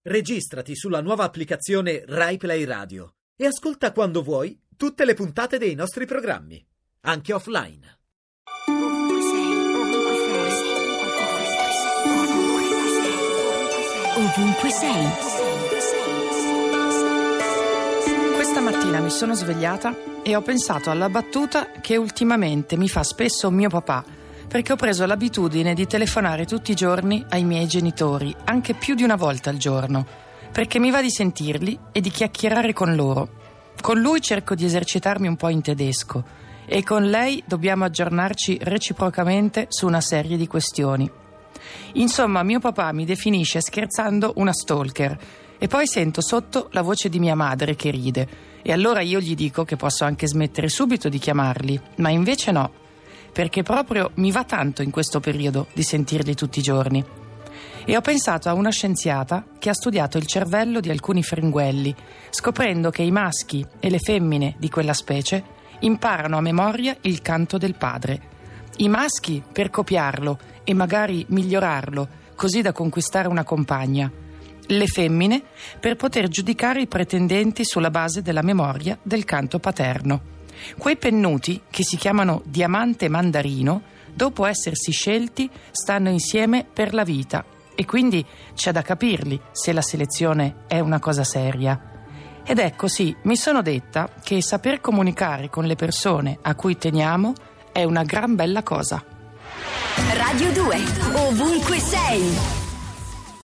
Registrati sulla nuova applicazione Rai Play Radio e ascolta quando vuoi tutte le puntate dei nostri programmi, anche offline. Ovunque sei. Questa mattina mi sono svegliata e ho pensato alla battuta che ultimamente mi fa spesso mio papà, perché ho preso l'abitudine di telefonare tutti i giorni ai miei genitori, anche più di una volta al giorno, perché mi va di sentirli e di chiacchierare con loro. Con lui cerco di esercitarmi un po' in tedesco e con lei dobbiamo aggiornarci reciprocamente su una serie di questioni. Insomma, mio papà mi definisce scherzando una stalker e poi sento sotto la voce di mia madre che ride e allora io gli dico che posso anche smettere subito di chiamarli, ma invece no, perché proprio mi va tanto in questo periodo di sentirli tutti i giorni. E ho pensato a una scienziata che ha studiato il cervello di alcuni fringuelli, scoprendo che i maschi e le femmine di quella specie imparano a memoria il canto del padre. I maschi per copiarlo e magari migliorarlo, così da conquistare una compagna. Le femmine per poter giudicare i pretendenti sulla base della memoria del canto paterno. Quei pennuti, che si chiamano diamante mandarino, dopo essersi scelti, stanno insieme per la vita e quindi c'è da capirli se la selezione è una cosa seria. Ed ecco sì, mi sono detta che saper comunicare con le persone a cui teniamo è una gran bella cosa. Radio 2, ovunque sei.